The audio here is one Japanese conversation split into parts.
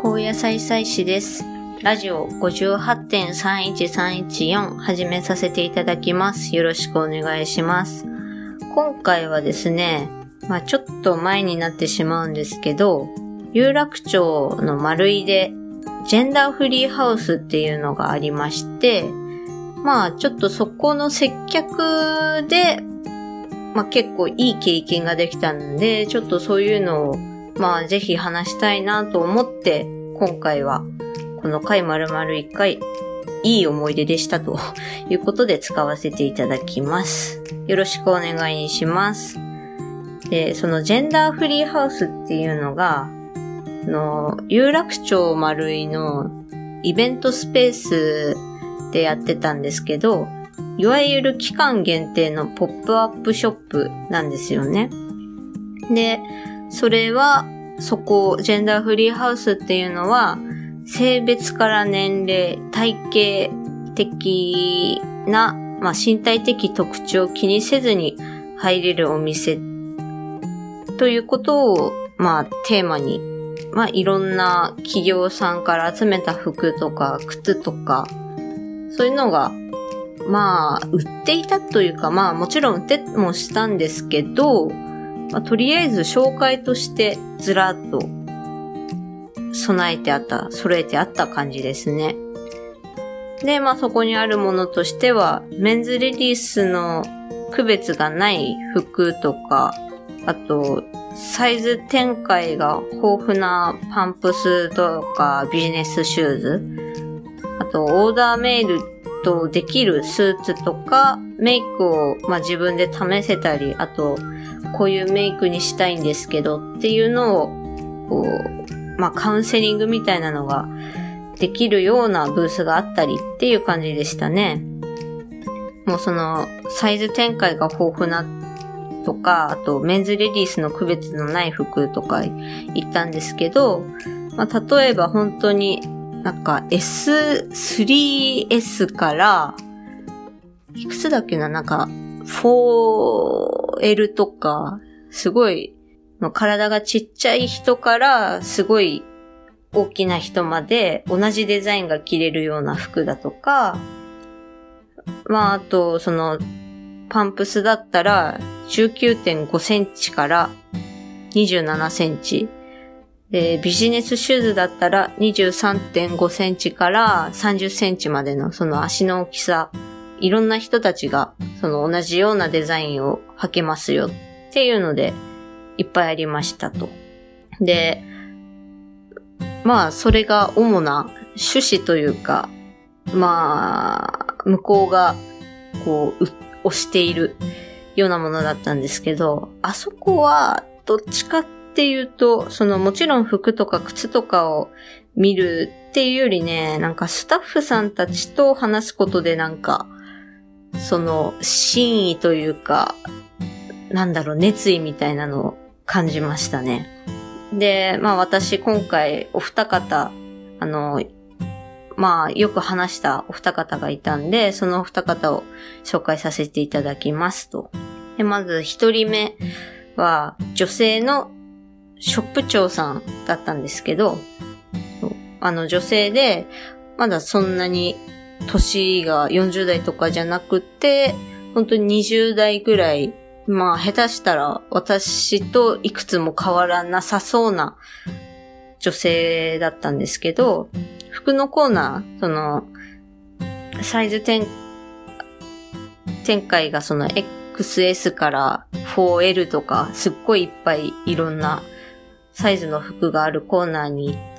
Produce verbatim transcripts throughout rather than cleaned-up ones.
高野菜菜師です。ラジオ ごじゅうはちてんさんいちさんいちよん 始めさせていただきます。よろしくお願いします。今回はですね、まあちょっと前になってしまうんですけど、有楽町の丸井でジェンダーフリーハウスっていうのがありまして、まあちょっとそこの接客で、まあ結構いい経験ができたんで、ちょっとそういうのをまあぜひ話したいなと思って、今回はこの回丸々いっかいいい思い出でしたということで使わせていただきます。よろしくお願いします。で、そのジェンダーフリーハウスっていうのが、あの有楽町丸井のイベントスペースでやってたんですけど、いわゆる期間限定のポップアップショップなんですよね。で、それは、そこ、ジェンダーフリーハウスっていうのは、性別から年齢、体型的な、まあ、身体的特徴を気にせずに入れるお店ということを、まあ、テーマに、まあ、いろんな企業さんから集めた服とか靴とか、そういうのが、まあ、売っていたというか、まあ、もちろん売ってもしたんですけど、まあ、とりあえず紹介としてずらっと備えてあった、揃えてあった感じですね。で、まあそこにあるものとしては、メンズレディースの区別がない服とか、あと、サイズ展開が豊富なパンプスとかビジネスシューズ、あとオーダーメイドとできるスーツとか、メイクをまあ自分で試せたり、あと、こういうメイクにしたいんですけどっていうのを、こう、まあカウンセリングみたいなのができるようなブースがあったりっていう感じでしたね。もうそのサイズ展開が豊富なとか、あとメンズレディースの区別のない服とか言ったんですけど、まあ例えば本当になんか エススリーエス からいくつだっけな、なんかフォーエル とか、すごい、体がちっちゃい人からすごい大きな人まで同じデザインが着れるような服だとか、まああとそのパンプスだったら じゅうきゅうてんごセンチからにじゅうななセンチ。で、ビジネスシューズだったら にじゅうさんてんごセンチからさんじゅっセンチまでのその足の大きさ、いろんな人たちがその同じようなデザインを履けますよっていうのでいっぱいありましたと。で、まあそれが主な趣旨というか、まあ向こうがこう推しているようなものだったんですけど、あそこはどっちかっていうと、そのもちろん服とか靴とかを見るっていうよりね、なんかスタッフさんたちと話すことでなんかその真意というか、なんだろう、熱意みたいなのを感じましたね。で、まあ私今回お二方、あの、まあよく話したお二方がいたんで、そのお二方を紹介させていただきますと。で、まず一人目は女性のショップ長さんだったんですけど、あの女性で、まだそんなに年がよんじゅう代とかじゃなくて、本当ににじゅう代ぐらい、まあ下手したら私といくつも変わらなさそうな女性だったんですけど、服のコーナー、その、サイズ展、展開がその エックスエス から フォーエル とか、すっごいいっぱいいろんなサイズの服があるコーナーに行って、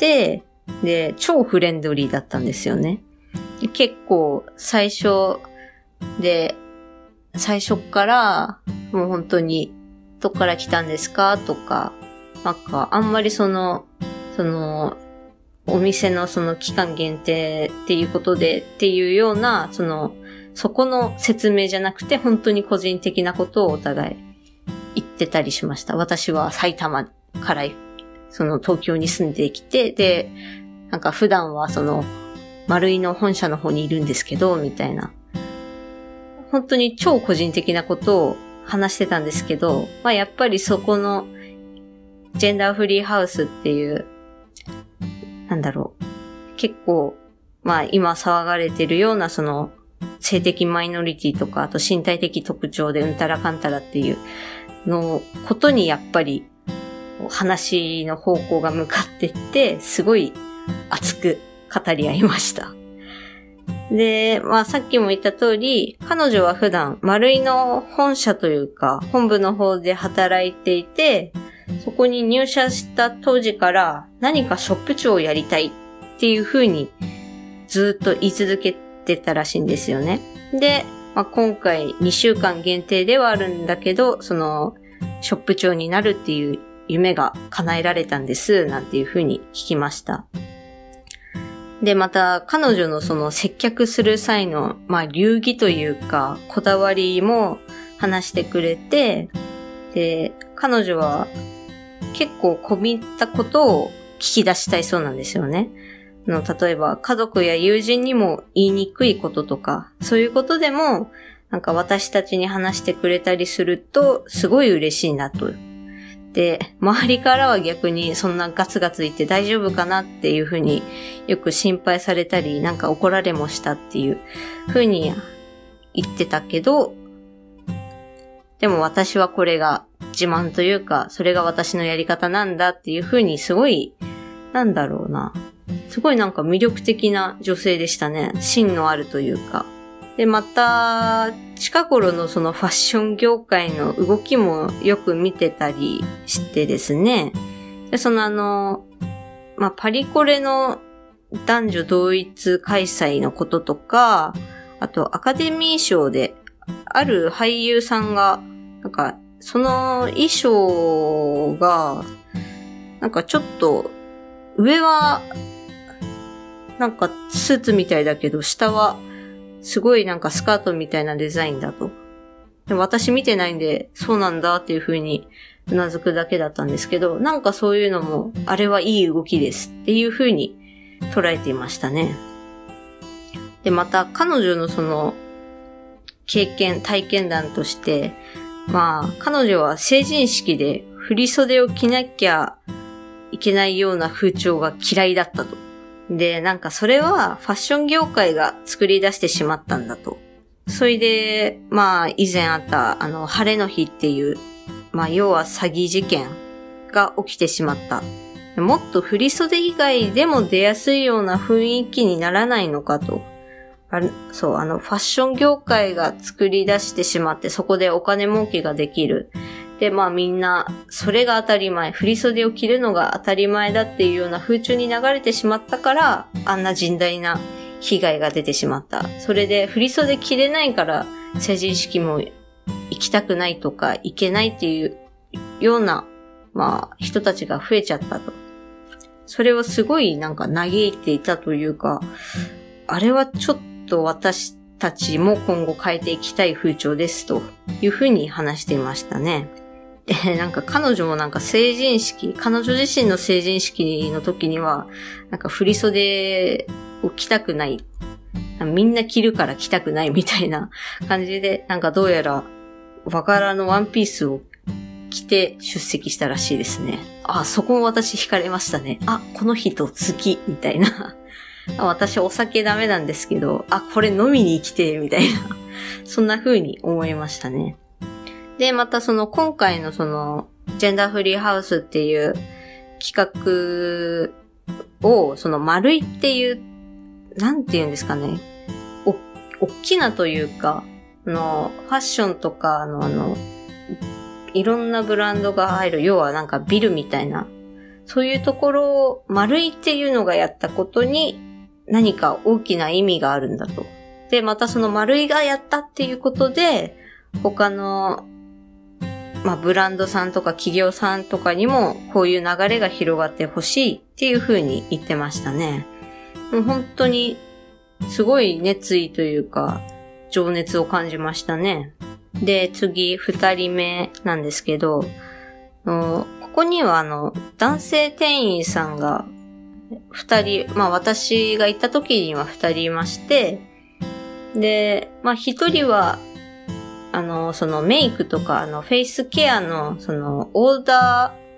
で、超フレンドリーだったんですよね。結構最初で、最初からもう本当にどっから来たんですかとか、なんかあんまりその、その、お店のその期間限定っていうことでっていうような、その、そこの説明じゃなくて本当に個人的なことをお互い言ってたりしました。私は埼玉からその東京に住んできて、で、なんか普段はその、丸井の本社の方にいるんですけど、みたいな。本当に超個人的なことを話してたんですけど、まあやっぱりそこのジェンダーフリーハウスっていうなんだろう、結構、まあ今騒がれてるようなその性的マイノリティとか、あと身体的特徴でうんたらかんたらっていうのことにやっぱり話の方向が向かってって、すごい熱く語り合いました。で、まあさっきも言った通り、彼女は普段丸井の本社というか本部の方で働いていて、そこに入社した当時から何かショップ長をやりたいっていう風にずっと言い続けてたらしいんですよね。で、まあ、今回にしゅうかん限定ではあるんだけど、そのショップ長になるっていう夢が叶えられたんですなんていう風に聞きました。で、また彼女のその接客する際のまあ流儀というかこだわりも話してくれて、で、彼女は結構込み入ったことを聞き出したいそうなんですよね。の例えば家族や友人にも言いにくいこととか、そういうことでもなんか私たちに話してくれたりするとすごい嬉しいなと。で、周りからは逆にそんなガツガツ言って大丈夫かなっていうふうによく心配されたり、なんか怒られもしたっていうふうに言ってたけど、でも私はこれが自慢というか、それが私のやり方なんだっていうふうにすごい、なんだろうな。すごいなんか魅力的な女性でしたね。芯のあるというか。で、また、近頃のそのファッション業界の動きもよく見てたりしてですね。で、そのあの、まあ、パリコレの男女同一開催のこととか、あとアカデミー賞で、ある俳優さんが、なんか、その衣装が、なんかちょっと、上は、なんかスーツみたいだけど、下は、すごいなんかスカートみたいなデザインだと。でも私見てないんで、そうなんだっていう風に頷くだけだったんですけど、なんかそういうのも、あれはいい動きですっていう風に捉えていましたね。で、また彼女のその、経験、体験談として、まあ、彼女は成人式で振り袖を着なきゃいけないような風潮が嫌いだったと。で、なんかそれはファッション業界が作り出してしまったんだと。それで、まあ以前あったあの晴れの日っていう、まあ要は詐欺事件が起きてしまった。もっと振り袖以外でも出やすいような雰囲気にならないのかと。あそう、あのファッション業界が作り出してしまってそこでお金儲けができる。で、まあみんな、それが当たり前、振り袖を着るのが当たり前だっていうような風潮に流れてしまったから、あんな甚大な被害が出てしまった。それで振り袖着れないから成人式も行きたくないとか行けないっていうような、まあ人たちが増えちゃったと。それをすごいなんか嘆いていたというか、あれはちょっと私たちも今後変えていきたい風潮ですというふうに話していましたね。で、なんか彼女もなんか成人式、彼女自身の成人式の時には、なんか振り袖を着たくない。みんな着るから着たくないみたいな感じで、なんかどうやら和柄のワンピースを着て出席したらしいですね。あ、そこも私惹かれましたね。あ、この人好きみたいな。私お酒ダメなんですけど、あ、これ飲みに来てみたいな。そんな風に思いましたね。で、またその今回のそのジェンダーフリーハウスっていう企画をその丸いっていう、なんていうんですかね、お、おっきなというか、あの、ファッションとかのあの、いろんなブランドが入る、要はなんかビルみたいな、そういうところを丸いっていうのがやったことに何か大きな意味があるんだと。で、またその丸いがやったっていうことで、他のまあ、ブランドさんとか企業さんとかにもこういう流れが広がってほしいっていう風に言ってましたね。もう本当にすごい熱意というか情熱を感じましたね。で、次二人目なんですけど、ここにはあの男性店員さんが二人、まあ私が行った時には二人いまして、で、まあ一人はあの、そのメイクとか、あの、フェイスケアの、その、オーダ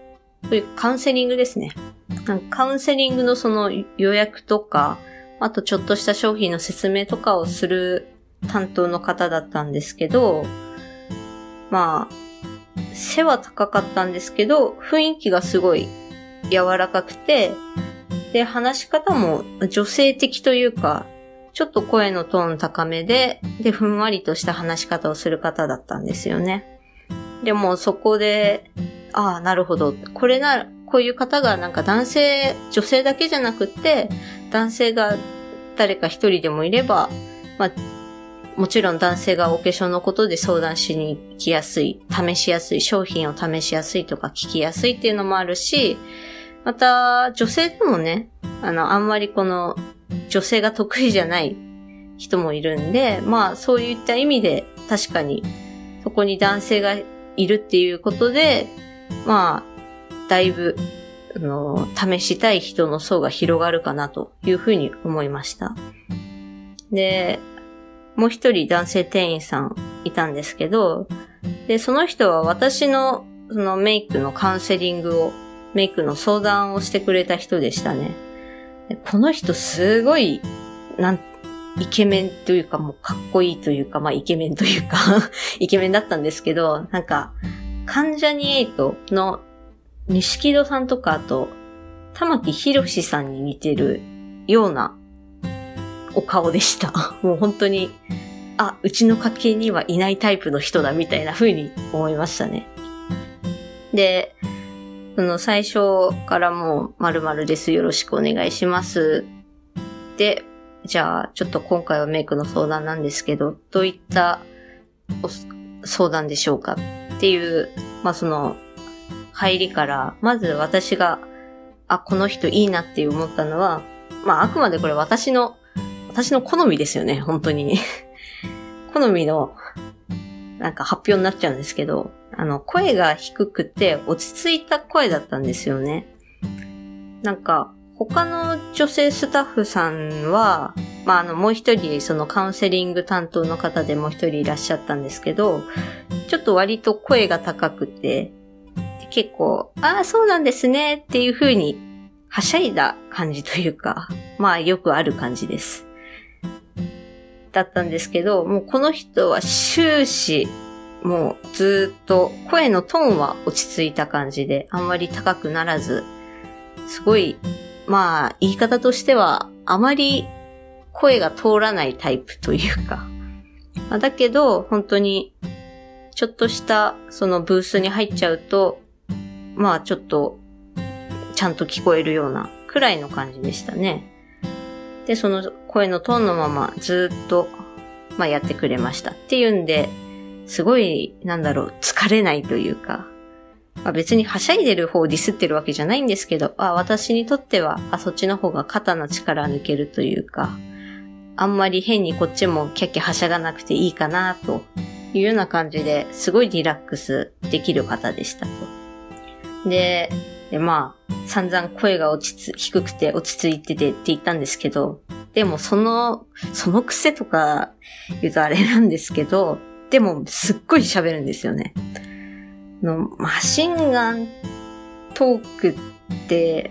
そういうカウンセリングですね。なんかカウンセリングのその予約とか、あとちょっとした商品の説明とかをする担当の方だったんですけど、まあ、背は高かったんですけど、雰囲気がすごい柔らかくて、で、話し方も女性的というか、ちょっと声のトーン高めで、で、ふんわりとした話し方をする方だったんですよね。でもそこで、ああ、なるほど。これなら、こういう方がなんか男性、女性だけじゃなくって、男性が誰か一人でもいれば、まあ、もちろん男性がお化粧のことで相談しに行きやすい、試しやすい、商品を試しやすいとか聞きやすいっていうのもあるし、また女性でもね、あの、あんまりこの女性が得意じゃない人もいるんで、まあそういった意味で確かにそこに男性がいるっていうことで、まあだいぶあの試したい人の層が広がるかなというふうに思いました。で、もう一人男性店員さんいたんですけど、で、その人は私のそのメイクのカウンセリングを、メイクの相談をしてくれた人でしたね。でこの人すごい、なん、イケメンというかもうかっこいいというか、まあイケメンというか、イケメンだったんですけど、なんか、関ジャニエイトの錦戸さんとかあと、玉木宏さんに似てるようなお顔でした。もう本当に、あ、うちの家系にはいないタイプの人だみたいな風に思いましたね。で、その最初からもう〇〇ですよろしくお願いしますで、じゃあちょっと今回はメイクの相談なんですけど、どういった相談でしょうかっていう、まあその入りからまず私があこの人いいなって思ったのは、まああくまでこれ私の私の好みですよね、本当に好みのなんか発表になっちゃうんですけど、あの、声が低くて落ち着いた声だったんですよね。なんか、他の女性スタッフさんは、まあ、あの、もう一人、そのカウンセリング担当の方でもう一人いらっしゃったんですけど、ちょっと割と声が高くて、結構、ああ、そうなんですねっていう風に、はしゃいだ感じというか、まあ、よくある感じです。だったんですけど、もうこの人は終始、もうずっと声のトーンは落ち着いた感じで、あんまり高くならず、すごい、まあ言い方としてはあまり声が通らないタイプというか、まあ、だけど本当にちょっとしたそのブースに入っちゃうと、まあちょっとちゃんと聞こえるようなくらいの感じでしたね。で、その声のトーンのままずっと、まあ、やってくれましたっていうんで、すごい、なんだろう、疲れないというか、まあ、別にはしゃいでる方をディスってるわけじゃないんですけど、あ、私にとっては、あ、そっちの方が肩の力抜けるというか、あんまり変にこっちもキャッキャはしゃがなくていいかなというような感じで、すごいリラックスできる方でしたと。で、でまあ、散々声が落ち着、低くて落ち着いててって言ったんですけど、でもその、その癖とか言うとあれなんですけど、でもすっごい喋るんですよね。のマシンガントークって、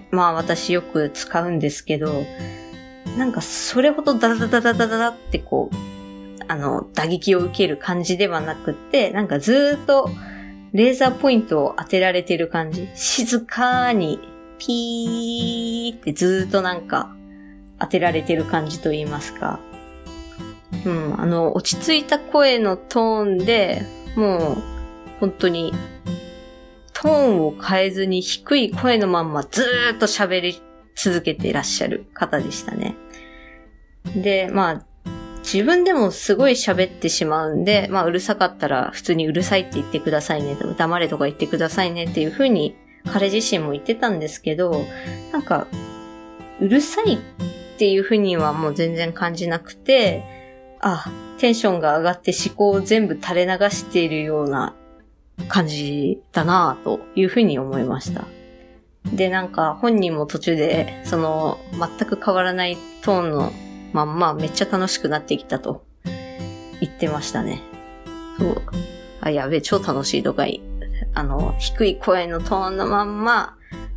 まあ私よく使うんですけど、なんかそれほどダダダダダダダってこう、あの、打撃を受ける感じではなくって、なんかずーっとレーザーポイントを当てられてる感じ。静かにピーってずーっとなんか当てられてる感じと言いますか。うん、あの、落ち着いた声のトーンで、もう本当にトーンを変えずに低い声のまんまずーっと喋り続けていらっしゃる方でしたね。で、まあ、自分でもすごい喋ってしまうんで、まあうるさかったら普通にうるさいって言ってくださいねと、黙れとか言ってくださいねっていう風に彼自身も言ってたんですけど、なんか、うるさいっていう風にはもう全然感じなくて、あ、テンションが上がって思考を全部垂れ流しているような感じだなぁという風に思いました。で、なんか本人も途中で、その全く変わらないトーンのまんまめっちゃ楽しくなってきたと言ってましたね。そう。あ、やべえ、超楽しいとかい、あの、低い声のトーンのまんま、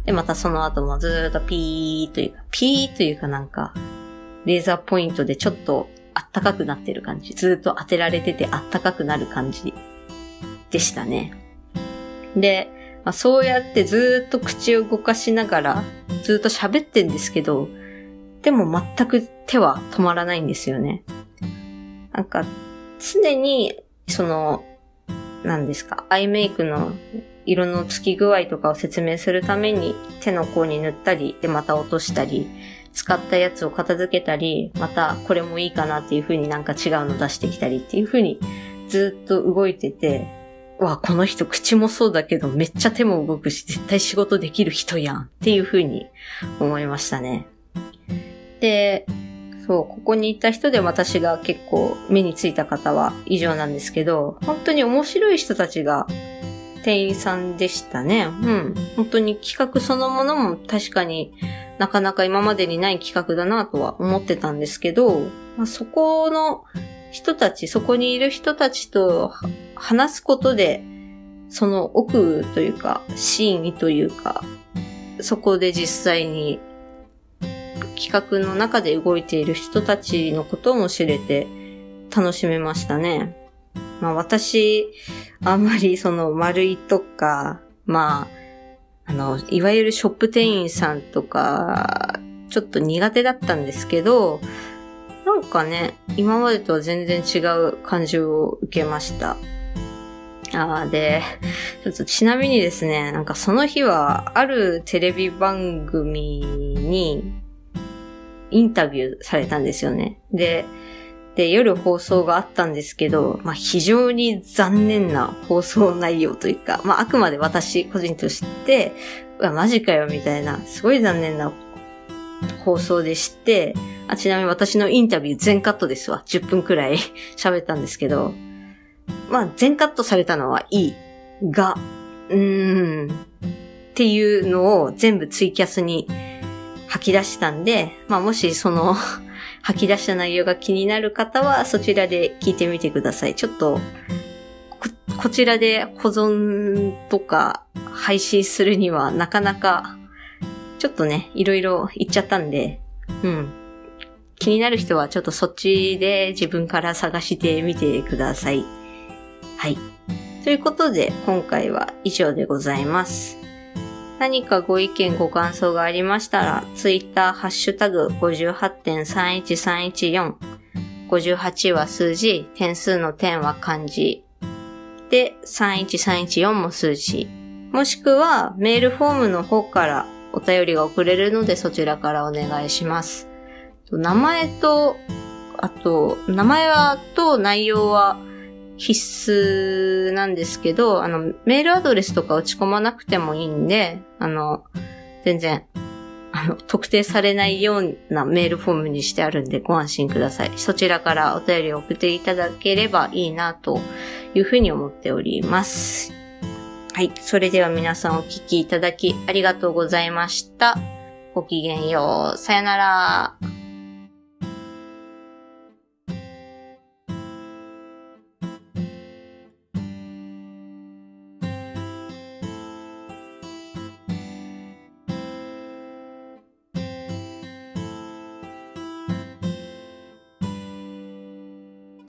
で、またその後もずーっとピーというか、ピーというかなんか、レーザーポイントでちょっとあったかくなってる感じ。ずーっと当てられててあったかくなる感じでしたね。で、まあ、そうやってずーっと口を動かしながら、ずーっと喋ってんですけど、でも全く手は止まらないんですよね。なんか、常に、その、何ですか、アイメイクの色のつき具合とかを説明するために手の甲に塗ったり、でまた落としたり、使ったやつを片付けたり、またこれもいいかなっていう風になんか違うの出してきたりっていう風にずっと動いてて、わ、この人口もそうだけどめっちゃ手も動くし絶対仕事できる人やんっていう風に思いましたね。で、そう、ここに行った人で私が結構目についた方は以上なんですけど、本当に面白い人たちが店員さんでしたね。うん。本当に企画そのものも確かになかなか今までにない企画だなとは思ってたんですけど、まあ、そこの人たち、そこにいる人たちと話すことで、その奥というか、真意というか、そこで実際に企画の中で動いている人たちのことも知れて楽しめましたね。まあ私、あんまりその丸いとか、まあ、あの、いわゆるショップ店員さんとか、ちょっと苦手だったんですけど、なんかね、今までとは全然違う感じを受けました。あーで、ちょっとちなみにですね、なんかその日はあるテレビ番組にインタビューされたんですよね。で、で、夜放送があったんですけど、まあ非常に残念な放送内容というか、まああくまで私個人として、うわ、マジかよみたいな、すごい残念な放送でして、あ、ちなみに私のインタビュー全カットですわ。じゅっぷんくらい喋ったんですけど、まあ全カットされたのはいいが、うーん、っていうのを全部ツイキャスに吐き出したんで、まあもしその吐き出した内容が気になる方はそちらで聞いてみてください。ちょっと こ, こちらで保存とか配信するにはなかなかちょっとね、いろいろ言っちゃったんで、うん。気になる人はちょっとそっちで自分から探してみてください。はい。ということで今回は以上でございます。何かご意見ご感想がありましたら、ツイッターハッシュタグ ごじゅうはちてんさんいちさんいちよん ごじゅうはちは数字、点数の点は漢字でさんいちさんいちよんも数字、もしくはメールフォームの方からお便りが送れるのでそちらからお願いします。名前と、あと、名前はと内容は必須なんですけど、あの、メールアドレスとか打ち込まなくてもいいんで、あの、全然、あの、特定されないようなメールフォームにしてあるんでご安心ください。そちらからお便りを送っていただければいいなというふうに思っております。はい。それでは皆さんお聞きいただきありがとうございました。ごきげんよう。さよなら。